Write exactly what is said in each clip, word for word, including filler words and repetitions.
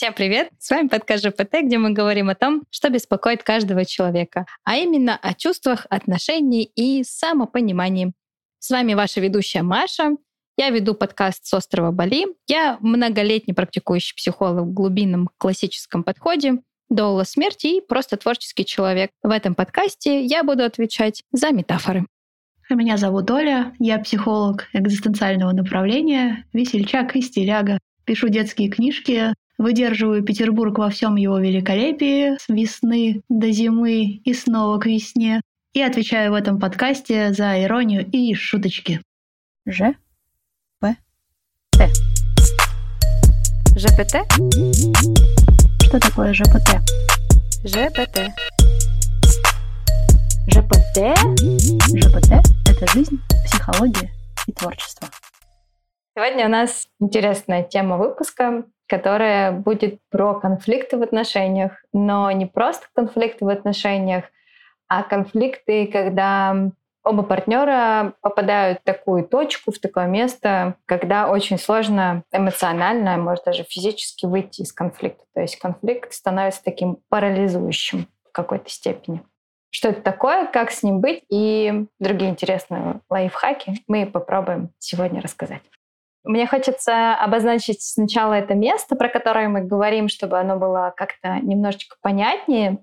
Всем привет! С вами подкаст ЖПТ, где мы говорим о том, что беспокоит каждого человека, а именно о чувствах, отношении и самопонимании. С вами ваша ведущая Маша. Я веду подкаст с острова Бали. Я многолетний практикующий психолог в глубинном классическом подходе, доула смерти и просто творческий человек. В этом подкасте я буду отвечать за метафоры. Меня зовут Оля, я психолог экзистенциального направления, весельчак и стиляга. Пишу детские книжки, выдерживаю Петербург во всем его великолепии с весны до зимы и снова к весне. И отвечаю в этом подкасте за иронию и шуточки. Ж. П. Т. ЖПТ? Что такое ЖПТ? ЖПТ. ЖПТ? ЖПТ — это жизнь, психология и творчество. Сегодня у нас интересная тема выпуска, которая будет про конфликты в отношениях, но не просто конфликты в отношениях, а конфликты, когда оба партнера попадают в такую точку, в такое место, когда очень сложно эмоционально, может даже физически выйти из конфликта. То есть конфликт становится таким парализующим в какой-то степени. Что это такое, как с ним быть и другие интересные лайфхаки мы попробуем сегодня рассказать. Мне хочется обозначить сначала это место, про которое мы говорим, чтобы оно было как-то немножечко понятнее,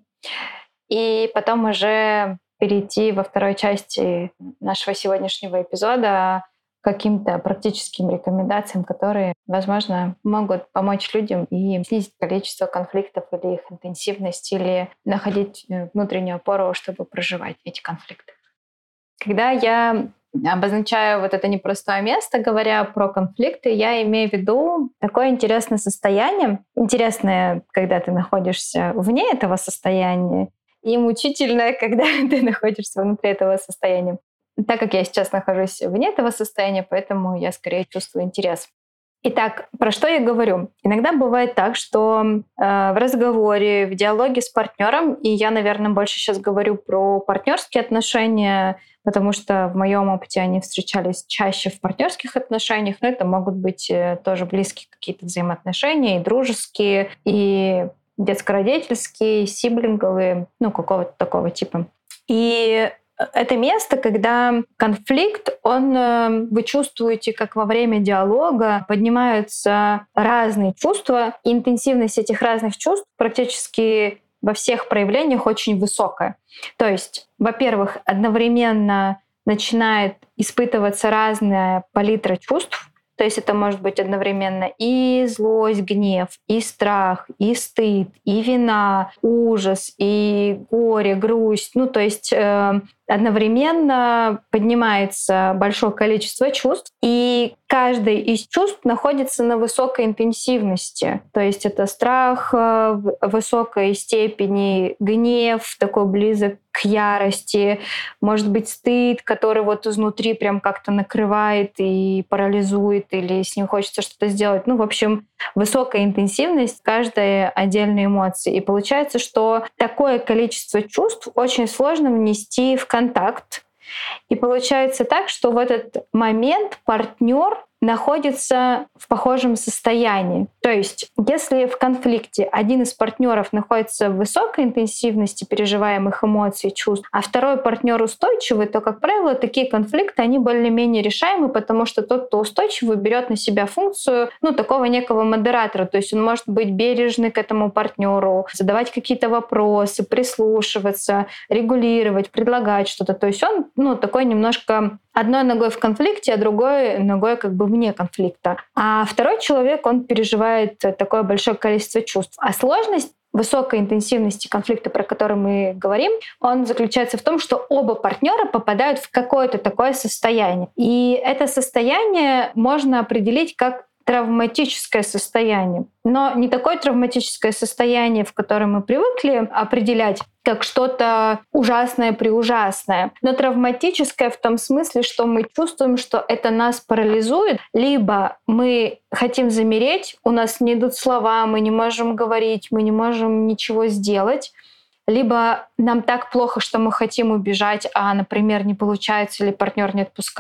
и потом уже перейти во второй части нашего сегодняшнего эпизода к каким-то практическим рекомендациям, которые, возможно, могут помочь людям и снизить количество конфликтов или их интенсивность, или находить внутреннюю опору, чтобы проживать эти конфликты. Когда я обозначаю вот это непростое место, говоря про конфликты, я имею в виду такое интересное состояние. Интересное, когда ты находишься вне этого состояния, и мучительное, когда ты находишься внутри этого состояния. Так как я сейчас нахожусь вне этого состояния, поэтому я скорее чувствую интерес. Итак, про что я говорю? Иногда бывает так, что э, в разговоре, в диалоге с партнером, и я, наверное, больше сейчас говорю про партнерские отношения, потому что в моем опыте они встречались чаще в партнерских отношениях, но это могут быть тоже близкие какие-то взаимоотношения, и дружеские, и детско-родительские, и сиблинговые, ну, какого-то такого типа. И это место, когда конфликт, он, вы чувствуете, как во время диалога поднимаются разные чувства, и интенсивность этих разных чувств практически во всех проявлениях очень высокая. То есть, во-первых, одновременно начинает испытываться разная палитра чувств. То есть это может быть одновременно и злость, гнев, и страх, и стыд, и вина, ужас, и горе, грусть. Ну, то есть э, одновременно поднимается большое количество чувств, и каждое из чувств находится на высокой интенсивности. То есть это страх в высокой степени, гнев такой близок к ярости, может быть стыд, который вот изнутри прям как-то накрывает и парализует, или с ним хочется что-то сделать. Ну, в общем, высокая интенсивность каждой отдельной эмоции. И получается, что такое количество чувств очень сложно внести в контакт. И получается так, что в этот момент партнер находится в похожем состоянии. То есть, если в конфликте один из партнеров находится в высокой интенсивности переживаемых эмоций, чувств, а второй партнер устойчивый, то, как правило, такие конфликты, они более-менее решаемы, потому что тот, кто устойчивый, берет на себя функцию, ну, такого некого модератора. То есть он может быть бережный к этому партнеру, задавать какие-то вопросы, прислушиваться, регулировать, предлагать что-то. То есть он, ну, такой немножко одной ногой в конфликте, а другой ногой как бы вне конфликта. А второй человек, он переживает такое большое количество чувств. А сложность высокой интенсивности конфликта, про который мы говорим, он заключается в том, что оба партнера попадают в какое-то такое состояние. И это состояние можно определить как травматическое состояние. Но не такое травматическое состояние, в котором мы привыкли определять как что-то ужасное, преужасное, но травматическое в том смысле, что мы чувствуем, что это нас парализует, либо мы хотим замереть, у нас не идут слова, мы не можем говорить, мы не можем ничего сделать, либо нам так плохо, что мы хотим убежать, а, например, не получается или партнер не отпускает,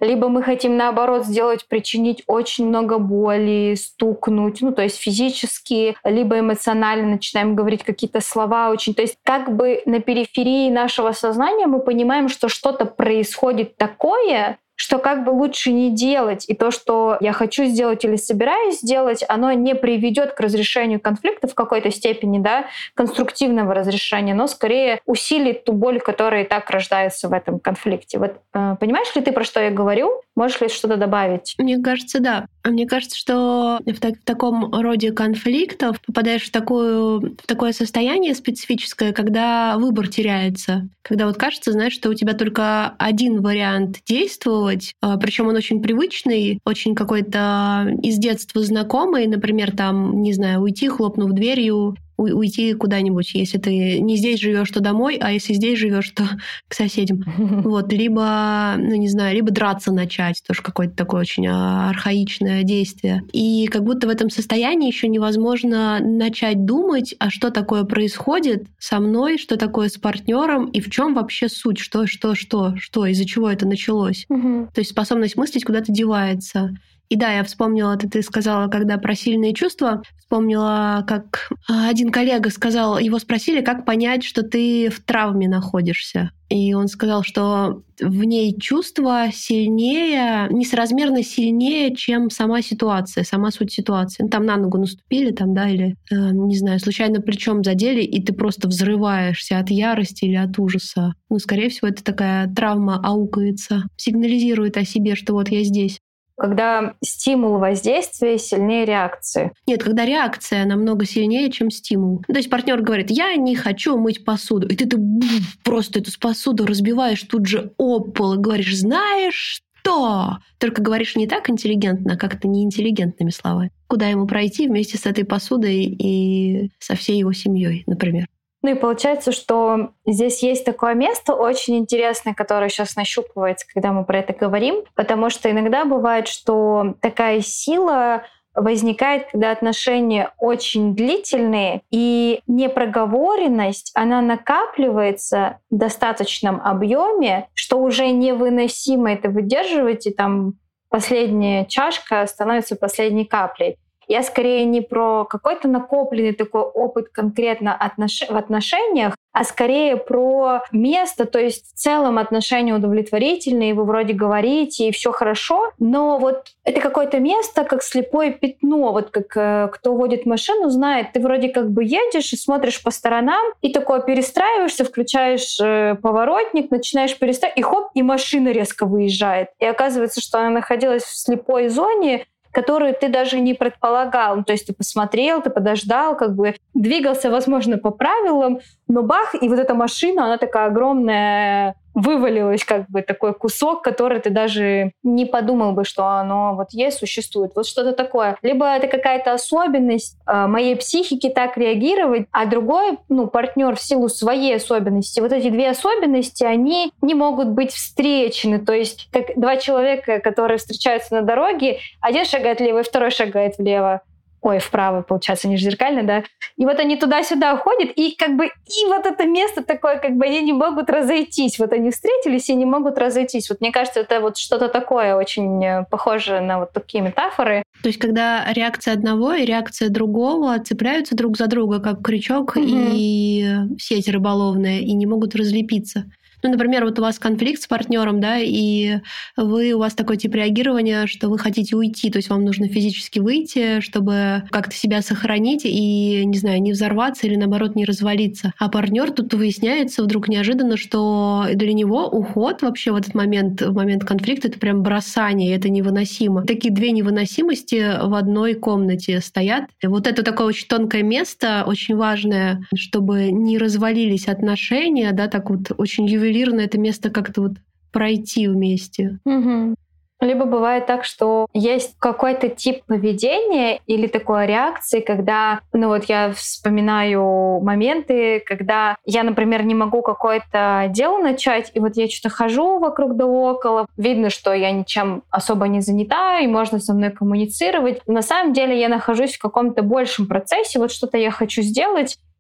либо мы хотим, наоборот, сделать, причинить очень много боли, стукнуть, ну, то есть физически, либо эмоционально начинаем говорить какие-то слова очень. То есть как бы на периферии нашего сознания мы понимаем, что что-то происходит такое, что как бы лучше не делать. И то, что я хочу сделать или собираюсь сделать, оно не приведет к разрешению конфликта в какой-то степени, да, конструктивного разрешения, но скорее усилит ту боль, которая и так рождается в этом конфликте. Вот э, понимаешь ли ты, про что я говорю? Можешь ли что-то добавить? Мне кажется, да. Мне кажется, что в, так, в таком роде конфликтов попадаешь в, такую, в такое состояние специфическое, когда выбор теряется. Когда вот кажется, знаешь, что у тебя только один вариант действовать, причем он очень привычный, очень какой-то из детства знакомый, например, там, не знаю, уйти, хлопнув дверью, уйти куда-нибудь. Если ты не здесь живешь, то домой, а если здесь живешь, то к соседям. Вот. Либо, ну не знаю, либо драться начать. Тоже какое-то такое очень архаичное действие. И как будто в этом состоянии еще невозможно начать думать, а что такое происходит со мной, что такое с партнером и в чем вообще суть, что, что, что, что, из-за чего это началось. Угу. То есть способность мыслить куда-то девается. И да, я вспомнила, это ты сказала, когда про сильные чувства, вспомнила, как один коллега сказал, его спросили, как понять, что ты в травме находишься. И он сказал, что в ней чувство сильнее, несоразмерно сильнее, чем сама ситуация, сама суть ситуации. Ну, там на ногу наступили, там, да, или, э, не знаю, случайно плечом задели, и ты просто взрываешься от ярости или от ужаса. Ну, скорее всего, это такая травма аукается, сигнализирует о себе, что вот я здесь. Когда стимул воздействия сильнее реакции. Нет, когда реакция намного сильнее, чем стимул. То есть партнер говорит, я не хочу мыть посуду. И ты, ты просто эту посуду разбиваешь тут же об пол и говоришь, знаешь что? Только говоришь не так интеллигентно, а как-то неинтеллигентными словами. Куда ему пройти вместе с этой посудой и со всей его семьей, например. Ну и получается, что здесь есть такое место очень интересное, которое сейчас нащупывается, когда мы про это говорим, потому что иногда бывает, что такая сила возникает, когда отношения очень длительные, и непроговоренность, она накапливается в достаточном объеме, что уже невыносимо это выдерживать, и там последняя чашка становится последней каплей. Я скорее не про какой-то накопленный такой опыт конкретно отнош... в отношениях, а скорее про место, то есть в целом отношения удовлетворительные, вы вроде говорите, и все хорошо, но вот это какое-то место, как слепое пятно, вот как э, кто водит машину, знает, ты вроде как бы едешь и смотришь по сторонам, и такое перестраиваешься, включаешь э, поворотник, начинаешь перестраивать, и хоп, и машина резко выезжает. И оказывается, что она находилась в слепой зоне, которую ты даже не предполагал. Ну, то есть ты посмотрел, ты подождал, как бы двигался, возможно, по правилам, но бах, и вот эта машина, она такая огромная, вывалилась как бы такой кусок, который ты даже не подумал бы, что оно вот есть, существует. Вот что-то такое. Либо это какая-то особенность э, моей психики так реагировать, а другой, ну, партнер в силу своей особенности. Вот эти две особенности, они не могут быть встречены. То есть как два человека, которые встречаются на дороге, один шагает влево, и второй шагает влево. Ой, вправо, получается, они же зеркально, да? И вот они туда-сюда ходят, и как бы и вот это место такое, как бы они не могут разойтись. Вот они встретились и не могут разойтись. Вот мне кажется, это вот что-то такое очень похоже на вот такие метафоры. То есть когда реакция одного и реакция другого цепляются друг за друга, как крючок угу. и сеть рыболовная, и не могут разлепиться. Ну, например, вот у вас конфликт с партнером, да, и вы, у вас такой тип реагирования, что вы хотите уйти, то есть вам нужно физически выйти, чтобы как-то себя сохранить и, не знаю, не взорваться или, наоборот, не развалиться. А партнер тут выясняется вдруг неожиданно, что для него уход вообще в этот момент, в момент конфликта, это прям бросание, это невыносимо. Такие две невыносимости в одной комнате стоят. И вот это такое очень тонкое место, очень важное, чтобы не развалились отношения, да, так вот очень ювелирно это место как-то вот пройти вместе. Угу. Либо бывает так, что есть какой-то тип поведения или такой реакции, когда, ну вот я вспоминаю моменты, когда я, например, не могу какое-то дело начать, и вот я что-то хожу вокруг да около, видно, что я ничем особо не занята, и можно со мной коммуницировать. Но на самом деле я нахожусь в каком-то большем процессе, вот что-то я хочу сделать,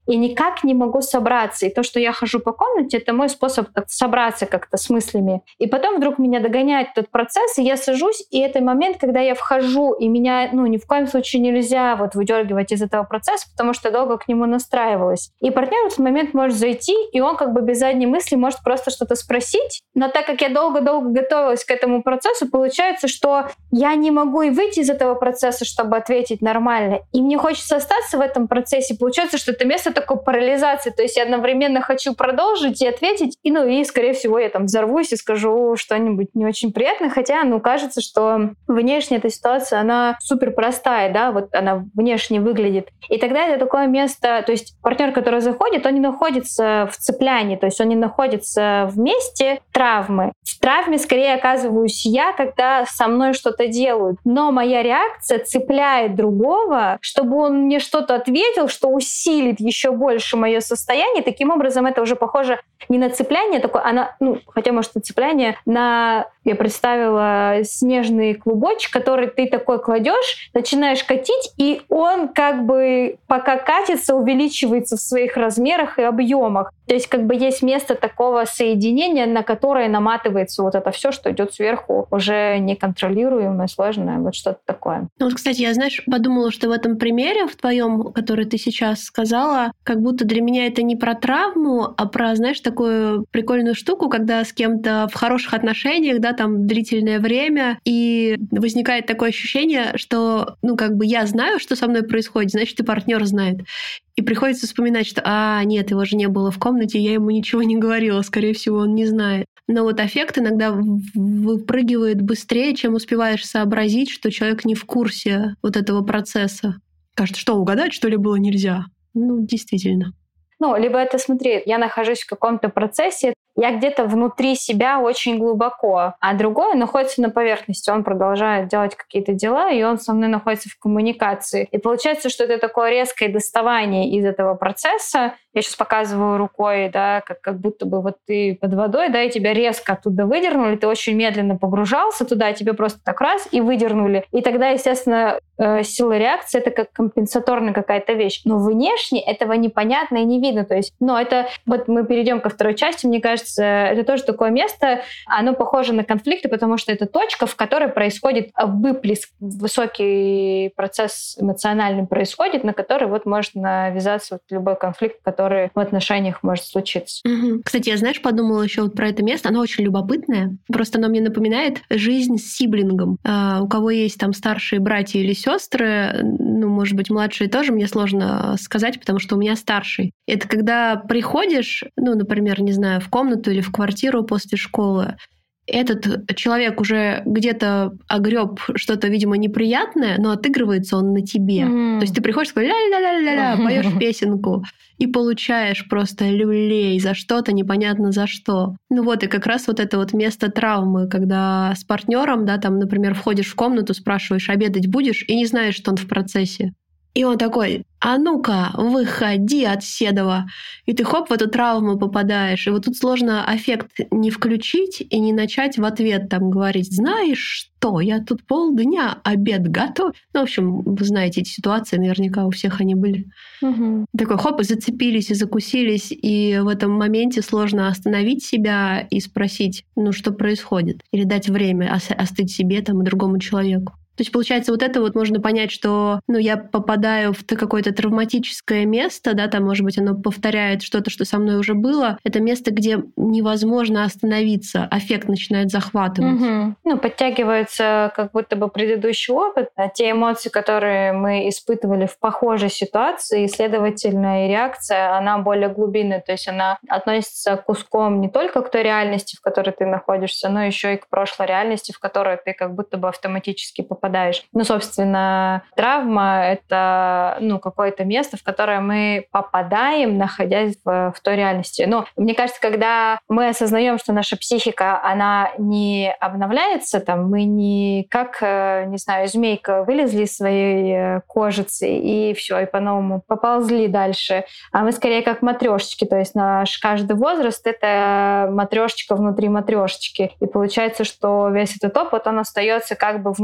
и никак не могу собраться. И то, что я хожу по комнате, это мой способ собраться как-то с мыслями. И потом вдруг меня догоняет этот процесс, и я сажусь, и это момент, когда я вхожу, и меня ну, ни в коем случае нельзя вот выдергивать из этого процесса, потому что я долго к нему настраивалась. И партнер в этот момент может зайти, и он как бы без задней мысли может просто что-то спросить. Но так как я долго-долго готовилась к этому процессу, получается, что я не могу и выйти из этого процесса, чтобы ответить нормально. И мне хочется остаться в этом процессе. Получается, что это место такой парализации. То есть я одновременно хочу продолжить и ответить, и, ну, и, скорее всего, я там взорвусь и скажу что-нибудь не очень приятное. Хотя, ну, кажется, что внешне эта ситуация, она супер простая, да, вот она внешне выглядит. И тогда это такое место, то есть партнер, который заходит, он не находится в цеплянии, то есть он не находится в месте травмы. В травме скорее оказываюсь я, когда со мной что-то делают. Но моя реакция цепляет другого, чтобы он мне что-то ответил, что усилит еще больше мое состояние. Таким образом, это уже похоже не на цепляние такое, а на, ну, хотя, может, на цепляние, на, я представила, снежный клубочек, который ты такой кладешь, начинаешь катить, и он как бы пока катится, увеличивается в своих размерах и объемах. То есть как бы есть место такого соединения, на которое наматывается вот это все, что идет сверху, уже неконтролируемое, сложное, вот что-то такое. Ну вот, кстати, я, знаешь, подумала, что в этом примере, в твоем, который ты сейчас сказала, как будто для меня это не про травму, а про, знаешь, такую прикольную штуку, когда с кем-то в хороших отношениях, да, там длительное время, и возникает такое ощущение, что, ну, как бы я знаю, что со мной происходит, значит, и партнер знает. И приходится вспоминать, что «а, нет, его же не было в комнате, я ему ничего не говорила, скорее всего, он не знает». Но вот аффект иногда выпрыгивает быстрее, чем успеваешь сообразить, что человек не в курсе вот этого процесса. Кажется, что угадать, что ли, было нельзя. Ну, действительно. Ну, либо это, смотри, я нахожусь в каком-то процессе, я где-то внутри себя очень глубоко, а другой находится на поверхности, он продолжает делать какие-то дела, и он со мной находится в коммуникации. И получается, что это такое резкое доставание из этого процесса. Я сейчас показываю рукой, да, как, как будто бы вот ты под водой, да, и тебя резко оттуда выдернули, ты очень медленно погружался туда, и тебе просто так раз и выдернули. И тогда, естественно, сила реакции — это как компенсаторная какая-то вещь. Но внешне этого непонятно и не видно. То есть, ну, это вот мы перейдем ко второй части, мне кажется, это тоже такое место, оно похоже на конфликты, потому что это точка, в которой происходит выплеск, высокий процесс эмоциональный происходит, на который вот может навязаться вот любой конфликт, который в отношениях может случиться. Угу. Кстати, я, знаешь, подумала еще вот про это место, оно очень любопытное, просто оно мне напоминает жизнь с сиблингом. А, у кого есть там старшие братья или сестры, ну, может быть, младшие тоже, мне сложно сказать, потому что у меня старший. Это когда приходишь, ну, например, не знаю, в комнату или в квартиру после школы, этот человек уже где-то огреб что-то, видимо, неприятное, но отыгрывается он на тебе. Mm. То есть ты приходишь, такой ля-ля-ля-ля-ля, поешь песенку и получаешь просто люлей за что-то, непонятно за что. Ну вот, и как раз вот это вот место травмы, когда с партнером, да, там, например, входишь в комнату, спрашиваешь, обедать будешь, и не знаешь, что он в процессе. И он такой: а ну-ка, выходи от седова. И ты хоп, в эту травму попадаешь. И вот тут сложно аффект не включить и не начать в ответ там говорить: знаешь что, я тут полдня обед готовлю. Ну, в общем, вы знаете эти ситуации, наверняка у всех они были. Угу. Такой хоп, и зацепились, и закусились. И в этом моменте сложно остановить себя и спросить, ну, что происходит. Или дать время остыть себе там и другому человеку. То есть, получается, вот это вот можно понять, что, ну, я попадаю в какое-то травматическое место, да, там, может быть, оно повторяет что-то, что со мной уже было. Это место, где невозможно остановиться, аффект начинает захватывать. Угу. Ну, подтягивается как будто бы предыдущий опыт, а те эмоции, которые мы испытывали в похожей ситуации, и, следовательно, и реакция, она более глубинная, то есть она относится куском не только к той реальности, в которой ты находишься, но еще и к прошлой реальности, в которой ты как будто бы автоматически попадаешь. попадаешь. Ну, собственно, травма — это, ну, какое-то место, в которое мы попадаем, находясь в, в той реальности. Но мне кажется, когда мы осознаем, что наша психика, она не обновляется, там, мы не как, не знаю, змейка вылезли из своей кожицы и все, и по-новому поползли дальше, а мы скорее как матрешечки, то есть наш каждый возраст — это матрешечка внутри матрешечки. И получается, что весь этот опыт, он остается как бы внутри нас,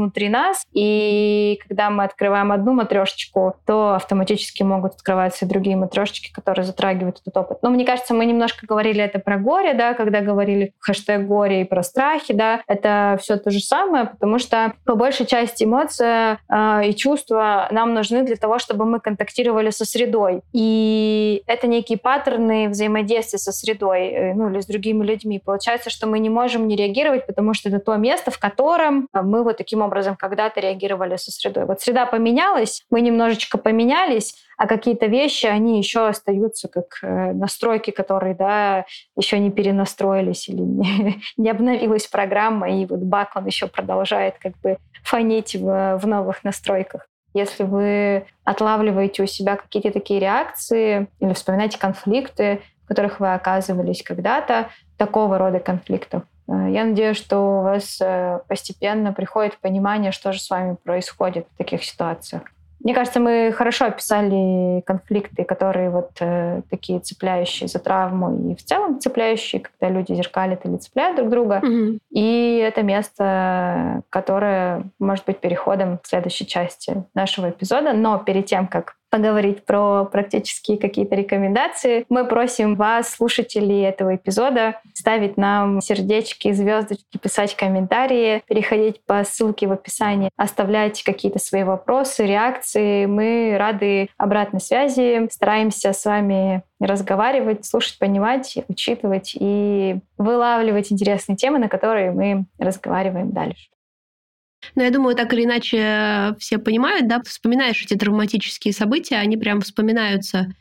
нас, и когда мы открываем одну матрешечку, то автоматически могут открываться и другие матрешечки, которые затрагивают этот опыт. Но мне кажется, мы немножко говорили это про горе, да, когда говорили хэштег горе и про страхи, да, это все то же самое, потому что по большей части эмоции э, и чувства нам нужны для того, чтобы мы контактировали со средой. И это некие паттерны взаимодействия со средой, э, ну или с другими людьми. Получается, что мы не можем не реагировать, потому что это то место, в котором мы вот таким образом когда-то реагировали со средой. Вот среда поменялась, мы немножечко поменялись, а какие-то вещи, они еще остаются как э, настройки, которые, да, еще не перенастроились или не, не обновилась программа, и вот баг, он еще продолжает как бы фонить в, в новых настройках. Если вы отлавливаете у себя какие-то такие реакции или вспоминаете конфликты, в которых вы оказывались когда-то, такого рода конфликтов, я надеюсь, что у вас постепенно приходит понимание, что же с вами происходит в таких ситуациях. Мне кажется, мы хорошо описали конфликты, которые вот э, такие цепляющие за травму и в целом цепляющие, когда люди зеркалят или цепляют друг друга. Mm-hmm. И это место, которое может быть переходом к следующей части нашего эпизода. Но перед тем, как поговорить про практические какие-то рекомендации, мы просим вас, слушателей этого эпизода, ставить нам сердечки, звездочки, писать комментарии, переходить по ссылке в описании, оставлять какие-то свои вопросы, реакции. Мы рады обратной связи, стараемся с вами разговаривать, слушать, понимать, учитывать и вылавливать интересные темы, на которые мы разговариваем дальше. Но я думаю, так или иначе все понимают, да, вспоминаешь эти травматические события, они прям вспоминаются.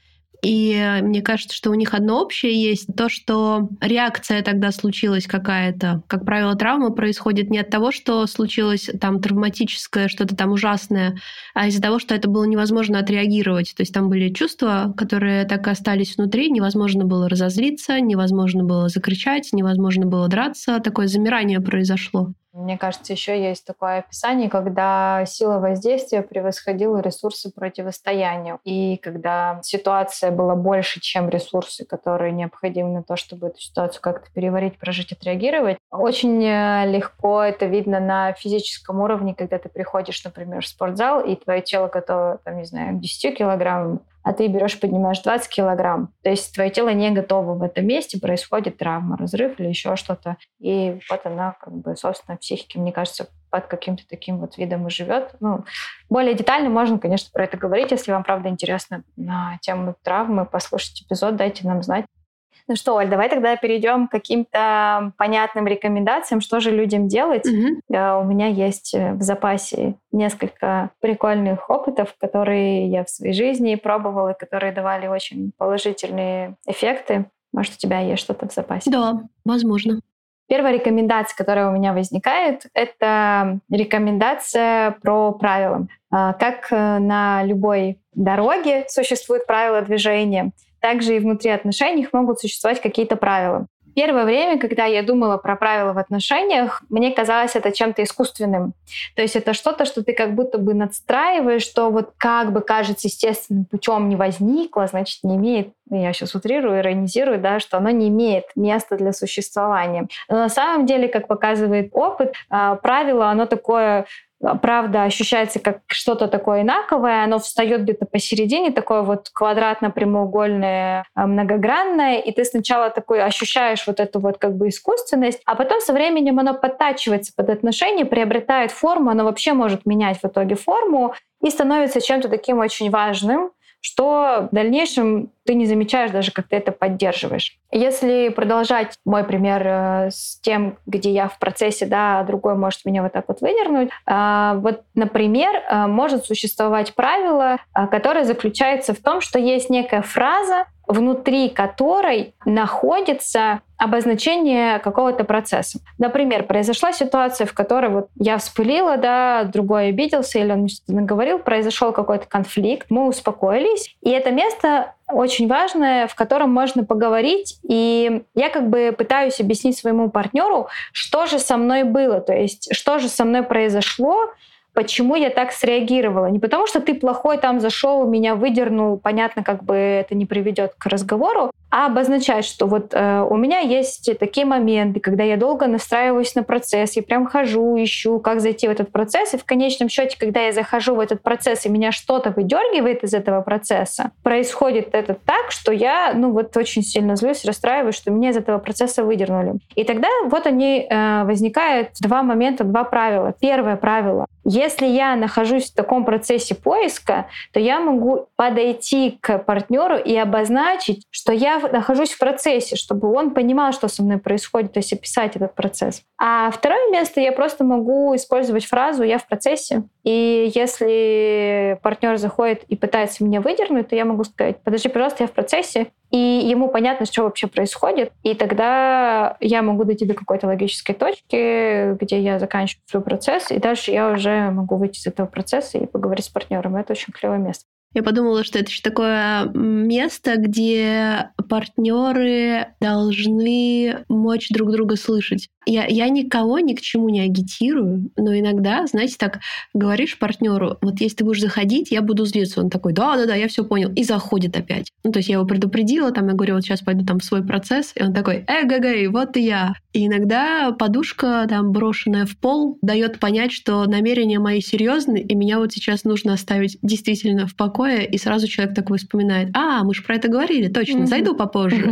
И мне кажется, что у них одно общее есть. То, что реакция тогда случилась какая-то. Как правило, травма происходит не от того, что случилось там травматическое, что-то там ужасное, а из-за того, что это было невозможно отреагировать. То есть там были чувства, которые так и остались внутри. Невозможно было разозлиться, невозможно было закричать, невозможно было драться. Такое замирание произошло. Мне кажется, еще есть такое описание, когда сила воздействия превосходила ресурсы противостояния. И когда ситуация была больше, чем ресурсы, которые необходимы на то, чтобы эту ситуацию как-то переварить, прожить, отреагировать. Очень легко это видно на физическом уровне, когда ты приходишь, например, в спортзал, и твое тело готово, там, не знаю, к десяти килограммам, а ты берешь, поднимаешь двадцать килограмм. То есть твое тело не готово в этом месте, происходит травма, разрыв или еще что-то. И вот она, как бы, собственно, психики, мне кажется, под каким-то таким вот видом и живет. Ну, более детально можно, конечно, про это говорить. Если вам, правда, интересно на тему травмы, послушать эпизод, дайте нам знать. Ну что, Оль, давай тогда перейдем к каким-то понятным рекомендациям, что же людям делать. Mm-hmm. У меня есть в запасе несколько прикольных опытов, которые я в своей жизни пробовала, и которые давали очень положительные эффекты. Может, у тебя есть что-то в запасе? Да, возможно. Первая рекомендация, которая у меня возникает, это рекомендация про правила. Как на любой дороге существуют правила движения, также и внутри отношений могут существовать какие-то правила. Первое время, когда я думала про правила в отношениях, мне казалось это чем-то искусственным. То есть это что-то, что ты как будто бы надстраиваешь, что вот как бы кажется естественным путем не возникло, значит, не имеет, я сейчас утрирую, иронизирую, да, что оно не имеет места для существования. Но на самом деле, как показывает опыт, правило, оно такое... правда ощущается как что-то такое инаковое, оно встает где-то посередине, такое вот квадратно-прямоугольное, многогранное, и ты сначала такой ощущаешь вот эту вот как бы искусственность, а потом со временем оно подтачивается под отношения, приобретает форму, оно вообще может менять в итоге форму и становится чем-то таким очень важным, что в дальнейшем ты не замечаешь даже, как ты это поддерживаешь. Если продолжать мой пример с тем, где я в процессе, да, а другой может меня вот так вот выдернуть, вот, например, может существовать правило, которое заключается в том, что есть некая фраза, внутри которой находится обозначение какого-то процесса. Например, произошла ситуация, в которой вот я вспылила, да, другой обиделся или он мне что-то наговорил, произошел какой-то конфликт, мы успокоились, и это место очень важное, в котором можно поговорить, и я как бы пытаюсь объяснить своему партнеру, что же со мной было, то есть что же со мной произошло, почему я так среагировала. Не потому, что ты плохой там зашел, меня выдернул, понятно, как бы это не приведет к разговору, а обозначать, что вот э, у меня есть такие моменты, когда я долго настраиваюсь на процесс, я прям хожу, ищу, как зайти в этот процесс, и в конечном счете, когда я захожу в этот процесс, и меня что-то выдергивает из этого процесса, происходит это так, что я, ну вот очень сильно злюсь, расстраиваюсь, что меня из этого процесса выдернули. И тогда вот они э, возникают два момента, два правила. Первое правило. Если я нахожусь в таком процессе поиска, то я могу подойти к партнеру и обозначить, что я нахожусь в процессе, чтобы он понимал, что со мной происходит, то есть описать этот процесс. А второе место, я просто могу использовать фразу «я в процессе». И если партнер заходит и пытается меня выдернуть, то я могу сказать: подожди, пожалуйста, я в процессе. И ему понятно, что вообще происходит. И тогда я могу дойти до какой-то логической точки, где я заканчиваю свой процесс, и дальше я уже могу выйти из этого процесса и поговорить с партнером. Это очень клевое место. Я подумала, что это еще такое место, где партнеры должны мочь друг друга слышать. Я, я никого ни к чему не агитирую, но иногда, знаете, так говоришь партнеру: вот если ты будешь заходить, я буду злиться. Он такой: да-да-да, я все понял. И заходит опять. Ну, то есть я его предупредила, там, я говорю: вот сейчас пойду там в свой процесс. И он такой: эгэгэй, вот и я. И иногда подушка, там, брошенная в пол, дает понять, что намерения мои серьезны, и меня вот сейчас нужно оставить действительно в покое. И сразу человек такой вспоминает: а, мы же про это говорили, точно, зайду попозже.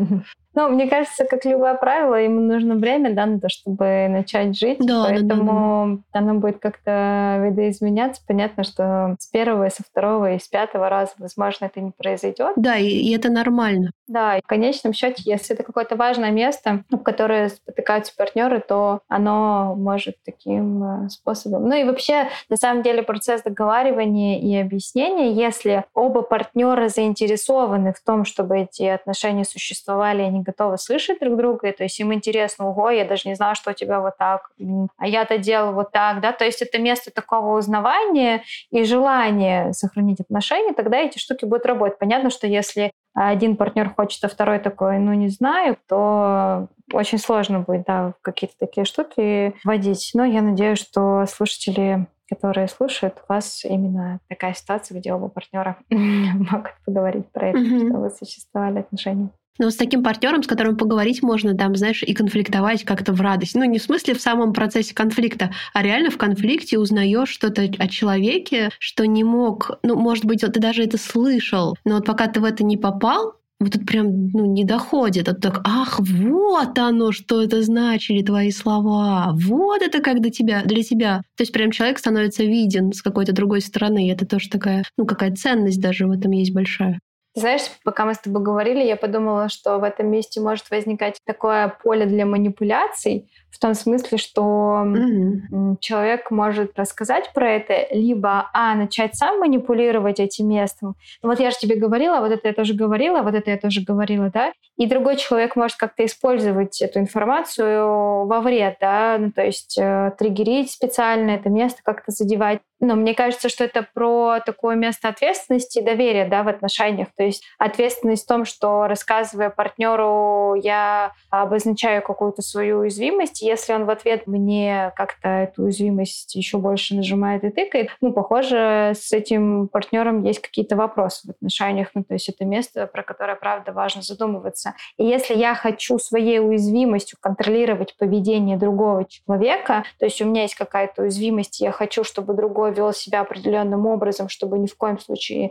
Ну, мне кажется, как любое правило, ему нужно время, да, на то, чтобы начать жить. Да, поэтому да, да. оно будет как-то видоизменяться. Понятно, что с первого, и со второго, и с пятого раза, возможно, это не произойдет. Да, и, и это нормально. Да, и в конечном счете, если это какое-то важное место, в которое спотыкаются партнеры, то оно может таким способом. Ну и вообще, на самом деле, процесс договаривания и объяснения, если оба партнера заинтересованы в том, чтобы эти отношения существовали, они готовы слышать друг друга, то есть им интересно: ого, я даже не знала, что у тебя вот так, а я-то делал вот так, да, то есть это место такого узнавания и желания сохранить отношения, тогда эти штуки будут работать. Понятно, что если один партнер хочет, а второй такой: ну не знаю, то очень сложно будет, да, в какие-то такие штуки вводить. Но я надеюсь, что слушатели, которые слушают, у вас именно такая ситуация, где оба партнера могут поговорить про это, Мгм. чтобы существовали отношения. Но с таким партнером, с которым поговорить можно, там, знаешь, и конфликтовать как-то в радость. Ну, не в смысле в самом процессе конфликта, а реально в конфликте узнаешь что-то о человеке, что не мог. Ну, может быть, вот ты даже это слышал, но вот пока ты в это не попал, вот тут прям, ну, не доходит. А ты так: ах, вот оно, что это значили твои слова. Вот это как для тебя, для тебя. То есть прям человек становится виден с какой-то другой стороны. И это тоже такая, ну, какая ценность даже в этом есть большая. Знаешь, пока мы с тобой говорили, я подумала, что в этом месте может возникать такое поле для манипуляций, в том смысле, что Мгм. человек может рассказать про это, либо а, начать сам манипулировать этим местом. Ну, вот я же тебе говорила, вот это я тоже говорила, вот это я тоже говорила, да? И другой человек может как-то использовать эту информацию во вред, да? Ну, то есть э, триггерить специально это место, как-то задевать. Но мне кажется, что это про такое место ответственности и доверия, да, в отношениях. То есть ответственность в том, что, рассказывая партнеру, я обозначаю какую-то свою уязвимость. Если он в ответ мне как-то эту уязвимость еще больше нажимает и тыкает, ну, похоже, с этим партнером есть какие-то вопросы в отношениях. Ну, то есть это место, про которое, правда, важно задумываться. И если я хочу своей уязвимостью контролировать поведение другого человека, то есть у меня есть какая-то уязвимость, и я хочу, чтобы другой вел себя определенным образом, чтобы ни в коем случае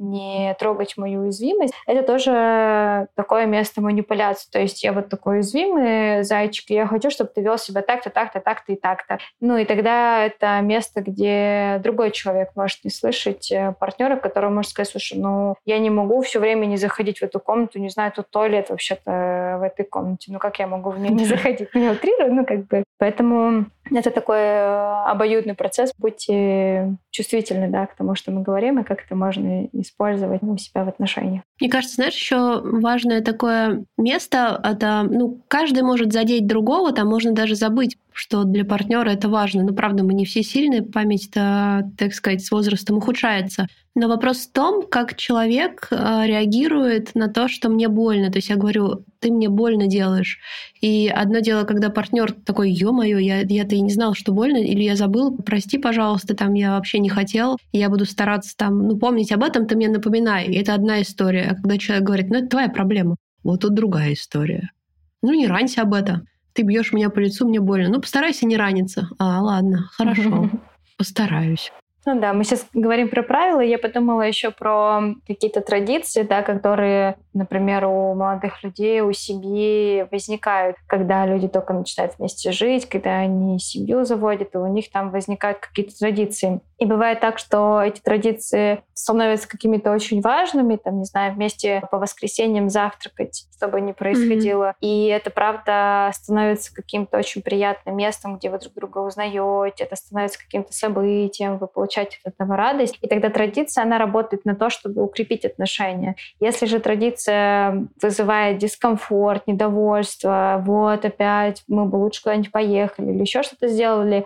не трогать мою уязвимость, это тоже такое место манипуляции. То есть я вот такой уязвимый зайчик, и я хочу, чтобы ты вел себя так-то, так-то, так-то и так-то. Ну и тогда это место, где другой человек может не слышать партнера, который может сказать: слушай, ну я не могу все время не заходить в эту комнату, не знаю, тут туалет вообще-то в этой комнате, ну как я могу в нее не заходить? Не утрирую, ну как бы. Поэтому это такой обоюдный процесс. Будьте чувствительны, да, к тому, что мы говорим, и как это можно использовать у себя в отношениях. Мне кажется, знаешь, еще важное такое место, это, ну, каждый может задеть другого, там можно даже забыть, что для партнера это важно. Ну, правда, мы не все сильные, память-то, так сказать, с возрастом ухудшается. Но вопрос в том, как человек реагирует на то, что мне больно. То есть я говорю: ты мне больно делаешь. И одно дело, когда партнер такой: ё-моё, я, я-то и не знал, что больно, или я забыл, прости, пожалуйста, там я вообще не хотел, и я буду стараться там, ну, помнить об этом, ты мне напоминай. И это одна история. А когда человек говорит: ну, это твоя проблема. Вот тут другая история. Ну, не ранься об этом. Ты бьешь меня по лицу, мне больно. Ну, постарайся не раниться. А, ладно, хорошо. Постараюсь. Ну да, мы сейчас говорим про правила, я подумала еще про какие-то традиции, да, которые, например, у молодых людей, у семьи возникают, когда люди только начинают вместе жить, когда они семью заводят, и у них там возникают какие-то традиции. И бывает так, что эти традиции становятся какими-то очень важными, там, не знаю, вместе по воскресеньям завтракать, что бы ни происходило. Mm-hmm. И это, правда, становится каким-то очень приятным местом, где вы друг друга узнаете, это становится каким-то событием, вы получаете от этого радость. И тогда традиция, она работает на то, чтобы укрепить отношения. Если же традиция вызывает дискомфорт, недовольство, вот опять мы бы лучше куда-нибудь поехали или еще что-то сделали,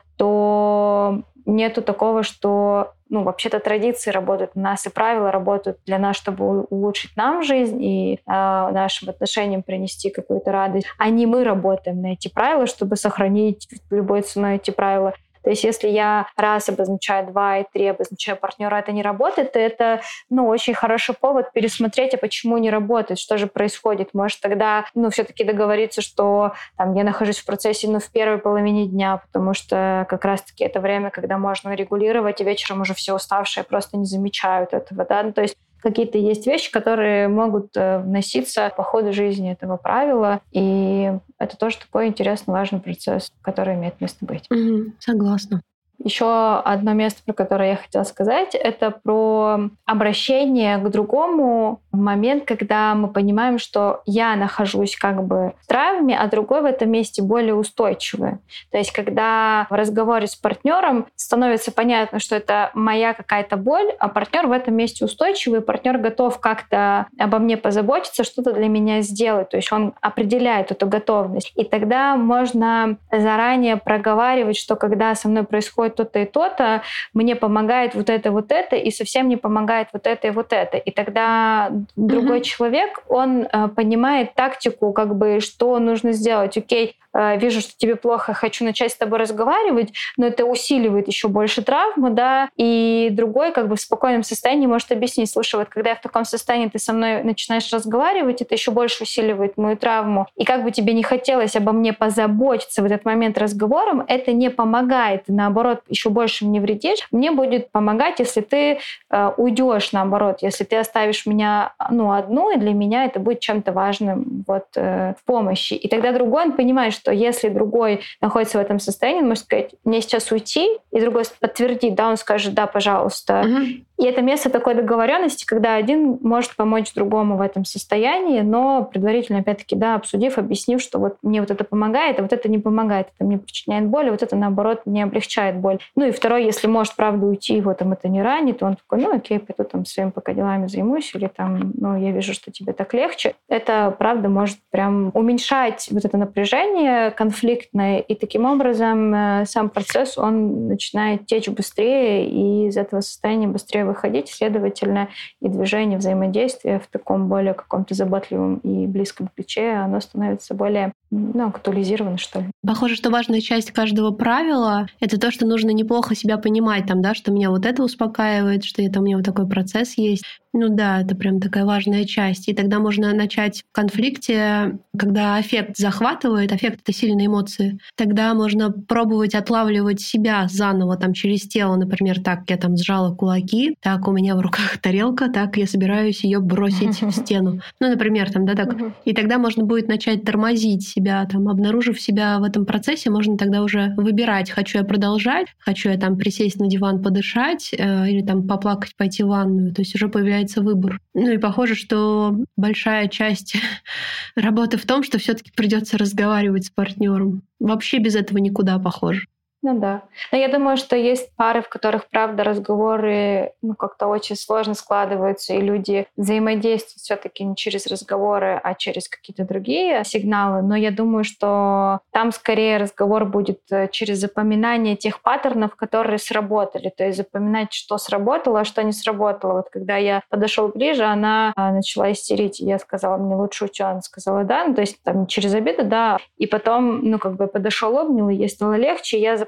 то нету такого, что ну, вообще-то традиции работают на нас, и правила работают для нас, чтобы улучшить нам жизнь и э, нашим отношениям принести какую-то радость. А не мы работаем на эти правила, чтобы сохранить любой ценой эти правила. То есть если я раз обозначаю два и три обозначаю партнера, это не работает, то это ну, очень хороший повод пересмотреть, а почему не работает, что же происходит. Может тогда ну, все-таки договориться, что там, я нахожусь в процессе ну, в первой половине дня, потому что как раз-таки это время, когда можно регулировать, и вечером уже все уставшие просто не замечают этого. Да? Ну, то есть какие-то есть вещи, которые могут вноситься по ходу жизни этого правила, и это тоже такой интересный, важный процесс, который имеет место быть. Угу, согласна. Еще одно место, про которое я хотела сказать, это про обращение к другому в момент, когда мы понимаем, что я нахожусь как бы в травме, а другой в этом месте более устойчивый. То есть когда в разговоре с партнером становится понятно, что это моя какая-то боль, а партнер в этом месте устойчивый, партнер готов как-то обо мне позаботиться, что-то для меня сделать. То есть он определяет эту готовность. И тогда можно заранее проговаривать, что когда со мной происходит то-то и то-то, мне помогает вот это, вот это, и совсем не помогает вот это и вот это. И тогда другой mm-hmm. человек, он э, понимает тактику, как бы, что нужно сделать. Окей, э, вижу, что тебе плохо, хочу начать с тобой разговаривать, но это усиливает еще больше травму, да, и другой как бы в спокойном состоянии может объяснить: слушай, вот когда я в таком состоянии, ты со мной начинаешь разговаривать, это еще больше усиливает мою травму. И как бы тебе не хотелось обо мне позаботиться в этот момент разговором, это не помогает, наоборот, еще больше мне вредишь. Мне будет помогать, если ты э, уйдешь, наоборот, если ты оставишь меня ну, одну, и для меня это будет чем-то важным вот, э, в помощи. И тогда другой, он понимает, что если другой находится в этом состоянии, он может сказать: мне сейчас уйти, и другой подтвердит, да, он скажет: да, пожалуйста. Mm-hmm. И это место такой договоренности, когда один может помочь другому в этом состоянии, но предварительно, опять-таки, да, обсудив, объяснив, что вот мне вот это помогает, а вот это не помогает, это мне причиняет боль, а вот это, наоборот, не облегчает боль. Ну и второй, если может, правда, уйти, его там это не ранит, он такой: ну окей, пойду там своими пока делами займусь, или там, ну я вижу, что тебе так легче. Это, правда, может прям уменьшать вот это напряжение конфликтное, и таким образом сам процесс, он начинает течь быстрее, и из этого состояния быстрее выходить, следовательно, и движение, взаимодействие в таком более каком-то заботливом и близком ключе, оно становится более ну, актуализировано, что ли. Похоже, что важная часть каждого правила — это то, что нужно неплохо себя понимать, там, да, что меня вот это успокаивает, что это у меня вот такой процесс есть. Ну да, это прям такая важная часть. И тогда можно начать в конфликте, когда аффект захватывает, аффект — это сильные эмоции, тогда можно пробовать отлавливать себя заново там через тело, например, так, я там сжала кулаки, так, у меня в руках тарелка, так, я собираюсь ее бросить в стену. Ну, например, там, да, так. И тогда можно будет начать тормозить себя, там, обнаружив себя в этом процессе, можно тогда уже выбирать, хочу я продолжать, хочу я там присесть на диван, подышать, э, или там поплакать, пойти в ванную. То есть уже появляется выбор. Ну и похоже, что большая часть работы в том, что все-таки придется разговаривать с партнером. Вообще без этого никуда, похоже. Ну да. Но я думаю, что есть пары, в которых, правда, разговоры ну, как-то очень сложно складываются, и люди взаимодействуют все-таки не через разговоры, а через какие-то другие сигналы. Но я думаю, что там скорее разговор будет через запоминание тех паттернов, которые сработали. То есть запоминать, что сработало, а что не сработало. Вот когда я подошел ближе, она начала истерить. Я сказала: мне лучше уйти. Она сказала: да. Ну, то есть там через обиду, да. И потом, ну, как бы подошел, обнял, и ей стало легче. Я запомнила,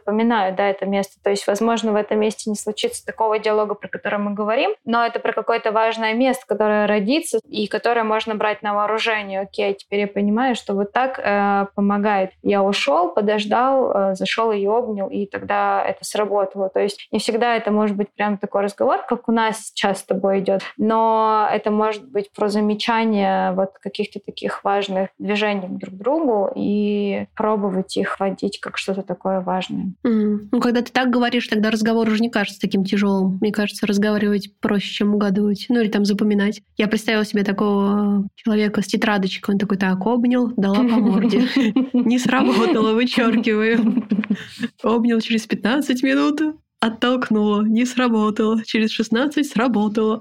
запоминают, да, это место. То есть, возможно, в этом месте не случится такого диалога, про который мы говорим, но это про какое-то важное место, которое родится и которое можно брать на вооружение. Окей, теперь я понимаю, что вот так э, помогает. Я ушел, подождал, э, зашел и обнял, и тогда это сработало. То есть не всегда это может быть прям такой разговор, как у нас сейчас с тобой идет, но это может быть про замечание вот каких-то таких важных движений друг к другу и пробовать их водить как что-то такое важное. Mm. Ну, когда ты так говоришь, тогда разговор уже не кажется таким тяжелым. Мне кажется, разговаривать проще, чем угадывать. Ну, или там запоминать. Я представила себе такого человека с тетрадочкой. Он такой: так, обнял, дала по морде. Не сработало, вычеркиваю. Обнял через пятнадцать минут, оттолкнула. Не сработало. Через шестнадцать сработало.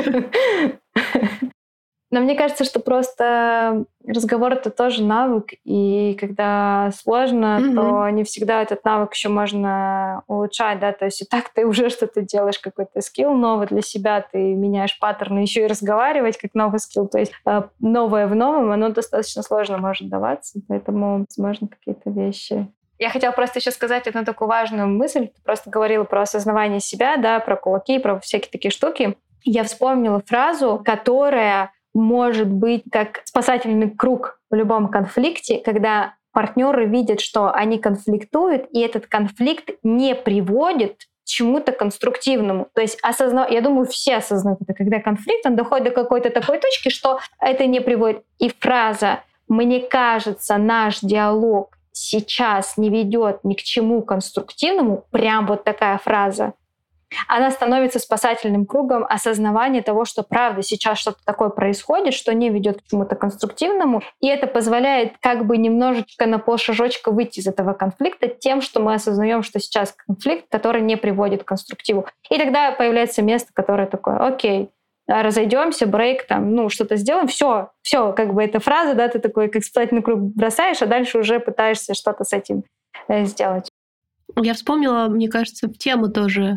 Но мне кажется, что просто разговор — это тоже навык, и когда сложно, mm-hmm. то не всегда этот навык еще можно улучшать, да, то есть и так ты уже что-то делаешь, какой-то скилл новый для себя, ты меняешь паттерны, еще и разговаривать как новый скилл, то есть новое в новом, оно достаточно сложно может даваться, поэтому, возможно, какие-то вещи. Я хотела просто еще сказать одну такую важную мысль, ты просто говорила про осознавание себя, да, про кулаки, про всякие такие штуки. Я вспомнила фразу, которая может быть как спасательный круг в любом конфликте, когда партнеры видят, что они конфликтуют, и этот конфликт не приводит к чему-то конструктивному. То есть осозна... я думаю, все осознают это, когда конфликт, он доходит до какой-то такой точки, что это не приводит. И фраза «мне кажется, наш диалог сейчас не ведет ни к чему конструктивному», прям вот такая фраза, она становится спасательным кругом осознавания того, что правда сейчас что-то такое происходит, что не ведет к чему-то конструктивному, и это позволяет как бы немножечко на полшажочка выйти из этого конфликта тем, что мы осознаем, что сейчас конфликт, который не приводит к конструктиву. И тогда появляется место, которое такое: окей, разойдемся, брейк, там, ну, что-то сделаем, все, все, как бы эта фраза, да, ты такой как спасательный круг бросаешь, а дальше уже пытаешься что-то с этим сделать. Я вспомнила, мне кажется, в тему тоже.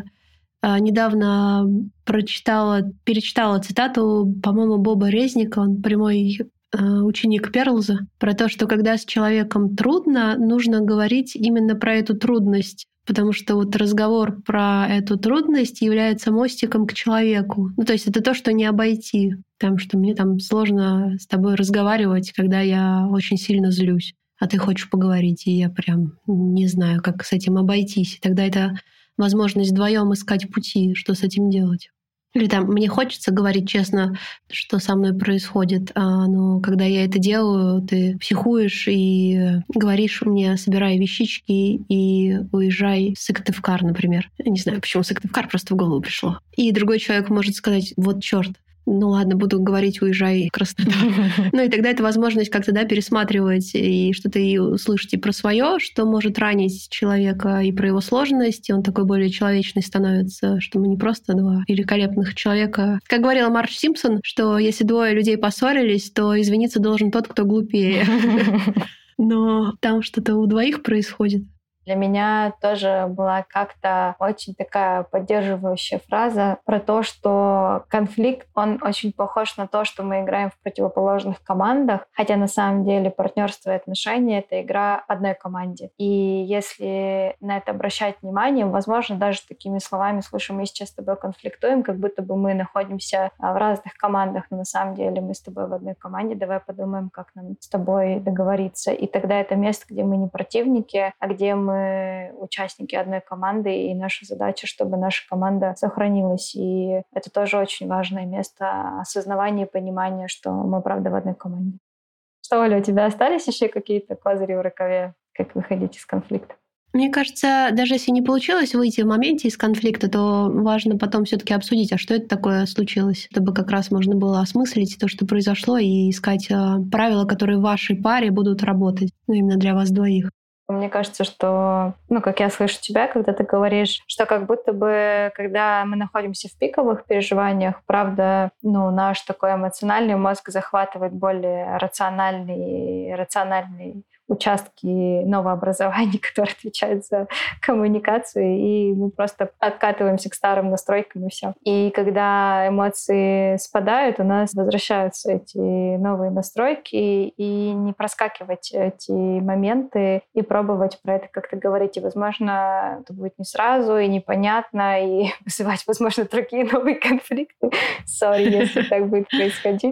Недавно прочитала, перечитала цитату, по-моему, Боба Резника, он прямой э, ученик Перлза, про то, что когда с человеком трудно, нужно говорить именно про эту трудность, потому что вот разговор про эту трудность является мостиком к человеку. Ну, то есть это то, что не обойти. Там, что мне там сложно с тобой разговаривать, когда я очень сильно злюсь, а ты хочешь поговорить, и я прям не знаю, как с этим обойтись. И тогда это возможность вдвоем искать пути, что с этим делать. Или там мне хочется говорить честно, что со мной происходит, а, но когда я это делаю, ты психуешь и говоришь мне: собирай вещички и уезжай в Сыктывкар, например. Я не знаю, почему Сыктывкар, просто в голову пришло. И другой человек может сказать: вот чёрт, ну ладно, буду говорить, уезжай в Краснодар. Ну и тогда это возможность как-то, да, пересматривать и что-то и услышать и про свое, что может ранить человека, и про его сложность, и он такой более человечный становится, что мы не просто два великолепных человека. Как говорила Марч Симпсон, что если двое людей поссорились, то извиниться должен тот, кто глупее. Но там что-то у двоих происходит. Для меня тоже была как-то очень такая поддерживающая фраза про то, что конфликт, он очень похож на то, что мы играем в противоположных командах, хотя на самом деле партнерство и отношения — это игра в одной команде. И если на это обращать внимание, возможно, даже такими словами: слушай, мы сейчас с тобой конфликтуем, как будто бы мы находимся в разных командах, но на самом деле мы с тобой в одной команде, давай подумаем, как нам с тобой договориться. И тогда это место, где мы не противники, а где мы участники одной команды, и наша задача, чтобы наша команда сохранилась. И это тоже очень важное место осознавания и понимания, что мы, правда, в одной команде. Что, Оля, у тебя остались еще какие-то козыри в рукаве, как выходить из конфликта? Мне кажется, даже если не получилось выйти в моменте из конфликта, то важно потом все-таки обсудить, а что это такое случилось, чтобы как раз можно было осмыслить то, что произошло, и искать правила, которые в вашей паре будут работать, ну, именно для вас двоих. Мне кажется, что, ну, как я слышу тебя, когда ты говоришь, что как будто бы, когда мы находимся в пиковых переживаниях, правда, ну, наш такой эмоциональный мозг захватывает более рациональный, рациональный участки новообразования, которые отвечают за коммуникацию, и мы просто откатываемся к старым настройкам, и все. И когда эмоции спадают, у нас возвращаются эти новые настройки, и не проскакивать эти моменты, и пробовать про это как-то говорить. И, возможно, это будет не сразу, и непонятно, и вызывать, возможно, другие новые конфликты. Сори, если так будет происходить.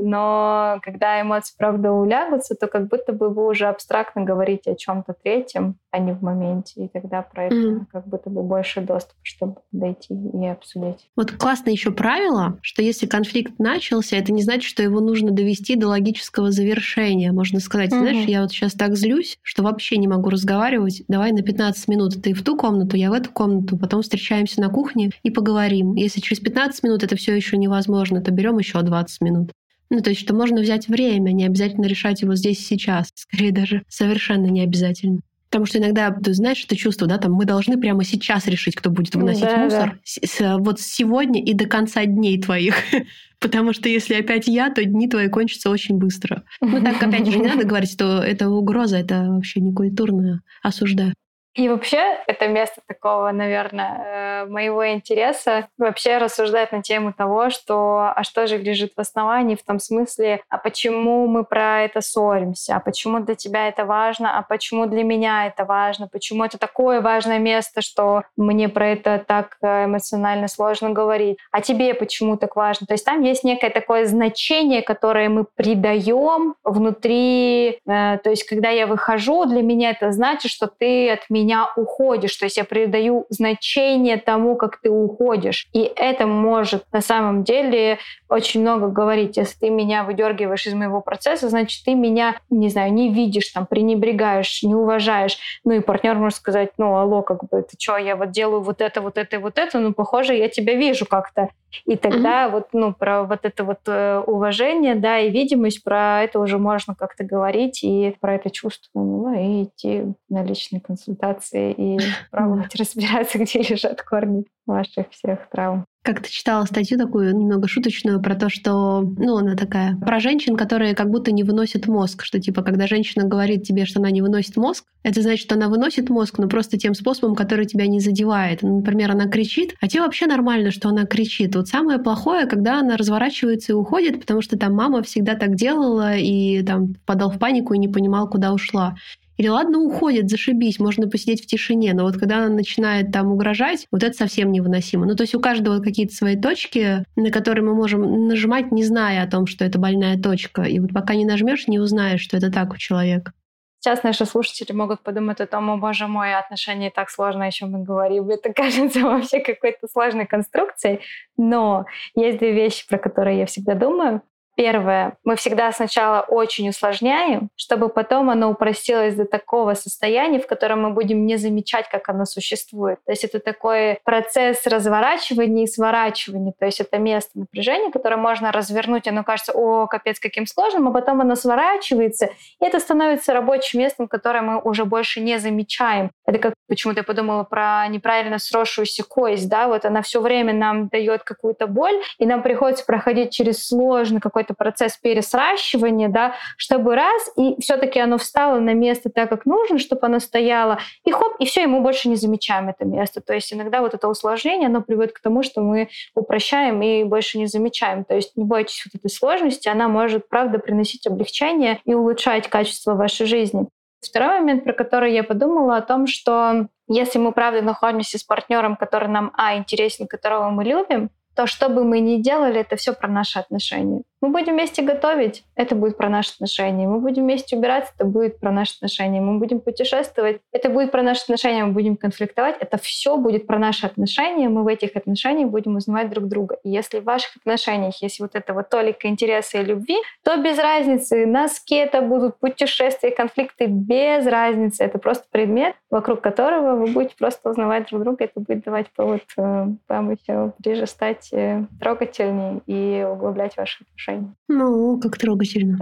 Но когда эмоции, правда, улягутся, то как будто бы вы уже абстрактно говорите о чем-то третьем, а не в моменте. И тогда про это mm. как будто бы больше доступа, чтобы дойти и обсудить. Вот классное еще правило, что если конфликт начался, это не значит, что его нужно довести до логического завершения. Можно сказать, mm-hmm. знаешь, я вот сейчас так злюсь, что вообще не могу разговаривать. Давай на пятнадцать минут ты в ту комнату, я в эту комнату, потом встречаемся на кухне и поговорим. Если через пятнадцать минут это все еще невозможно, то берем еще двадцать минут. Ну, то есть, что можно взять время, не обязательно решать его здесь и сейчас. Скорее даже совершенно не обязательно. Потому что иногда, ты знаешь, это чувство, да, там мы должны прямо сейчас решить, кто будет выносить да, мусор. Да. С, с, вот сегодня и до конца дней твоих. Потому что если опять я, то дни твои кончатся очень быстро. Ну, так, опять же, не надо говорить, что это угроза, это вообще не культурно. Осуждаю. И вообще это место такого, наверное, моего интереса вообще рассуждать на тему того, что а что же лежит в основании, в том смысле, а почему мы про это ссоримся, а почему для тебя это важно, а почему для меня это важно, почему это такое важное место, что мне про это так эмоционально сложно говорить, а тебе почему так важно. То есть там есть некое такое значение, которое мы придаем внутри. То есть когда я выхожу, для меня это значит, что ты от меня меня уходишь, то есть я придаю значение тому, как ты уходишь. И это может на самом деле очень много говорить. Если ты меня выдергиваешь из моего процесса, значит, ты меня, не знаю, не видишь, там, пренебрегаешь, не уважаешь. Ну и партнер может сказать, ну, алло, как бы, ты что, я вот делаю вот это, вот это и вот это, ну, похоже, я тебя вижу как-то. И тогда mm-hmm. вот, ну, про вот это вот э, уважение, да, и видимость, про это уже можно как-то говорить, и про это чувствование, ну, и идти на личные консультации и пробовать разбираться, где лежат корни ваших всех травм. Как-то читала статью такую немного шуточную про то, что, ну, она такая, про женщин, которые как будто не выносят мозг, что типа, когда женщина говорит тебе, что она не выносит мозг, это значит, что она выносит мозг, но просто тем способом, который тебя не задевает. Например, она кричит, а тебе вообще нормально, что она кричит. Вот самое плохое, когда она разворачивается и уходит, потому что там мама всегда так делала и там впадал в панику и не понимал, куда ушла. Или ладно, уходит, зашибись, можно посидеть в тишине, но вот когда она начинает там угрожать, вот это совсем невыносимо. Ну, то есть у каждого какие-то свои точки, на которые мы можем нажимать, не зная о том, что это больная точка. И вот пока не нажмешь, не узнаешь, что это так у человека. Сейчас наши слушатели могут подумать о том, о боже мой, отношения так сложно, о чем мы говорим. Это кажется вообще какой-то сложной конструкцией. Но есть две вещи, про которые я всегда думаю. Первое, мы всегда сначала очень усложняем, чтобы потом оно упростилось до такого состояния, в котором мы будем не замечать, как оно существует. То есть это такой процесс разворачивания и сворачивания. То есть это место напряжения, которое можно развернуть, оно кажется, о, капец, каким сложным, а потом оно сворачивается, и это становится рабочим местом, которое мы уже больше не замечаем. Это как почему-то я подумала про неправильно сросшуюся кость, да, вот она все время нам дает какую-то боль, и нам приходится проходить через сложный какой-то процесс пересращивания, да, чтобы раз, и все-таки оно встало на место так, как нужно, чтобы оно стояло, и хоп, и все, и мы больше не замечаем это место. То есть иногда вот это усложнение, оно приводит к тому, что мы упрощаем и больше не замечаем. То есть не бойтесь вот этой сложности, она может, правда, приносить облегчение и улучшать качество вашей жизни. Второй момент, про который я подумала, о том, что если мы, правда, находимся с партнером, который нам, а, интересен, которого мы любим, то что бы мы ни делали, это все про наши отношения. Мы будем вместе готовить, это будет про наши отношения. Мы будем вместе убираться, это будет про наши отношения. Мы будем путешествовать, это будет про наши отношения. Мы будем конфликтовать, это все будет про наши отношения. Мы в этих отношениях будем узнавать друг друга. И если в ваших отношениях есть вот это вот толика интереса и любви, то без разницы, носки это будут, путешествия, конфликты, без разницы. Это просто предмет, вокруг которого вы будете просто узнавать друг друга. Это будет давать повод э, вам еще ближе стать э, трогательнее и углублять ваши отношения. Ну, как трогательно.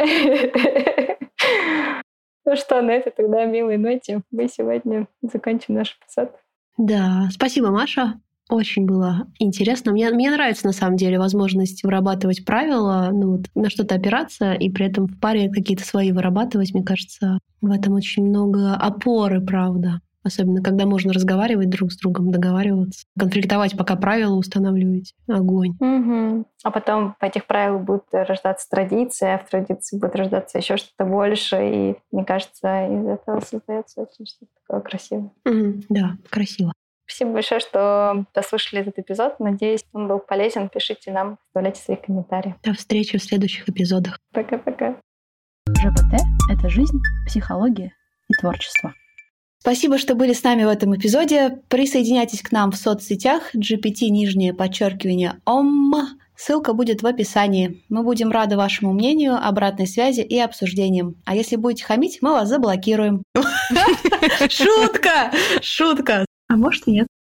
Ну что, на этой тогда милой ноте мы сегодня закончим наш эпизод. Да, спасибо, Маша. Очень было интересно. Мне, мне нравится, на самом деле, возможность вырабатывать правила, ну, вот, на что-то опираться, и при этом в паре какие-то свои вырабатывать. Мне кажется, в этом очень много опоры, правда. Особенно, когда можно разговаривать друг с другом, договариваться, конфликтовать, пока правила устанавливаете. Огонь. Угу. А потом в этих правилах будут рождаться традиции, а в традиции будет рождаться еще что-то больше. И, мне кажется, из этого создается очень что-то такое красивое. Угу. Да, красиво. Спасибо большое, что дослушали этот эпизод. Надеюсь, он был полезен. Пишите нам, оставляйте свои комментарии. До встречи в следующих эпизодах. Пока-пока. ЖПТ — это жизнь, психология и творчество. Спасибо, что были с нами в этом эпизоде. Присоединяйтесь к нам в соцсетях джи пи ти нижнее подчеркивание ом. Ссылка будет в описании. Мы будем рады вашему мнению, обратной связи и обсуждениям. А если будете хамить, мы вас заблокируем. Шутка! Шутка! А может и нет.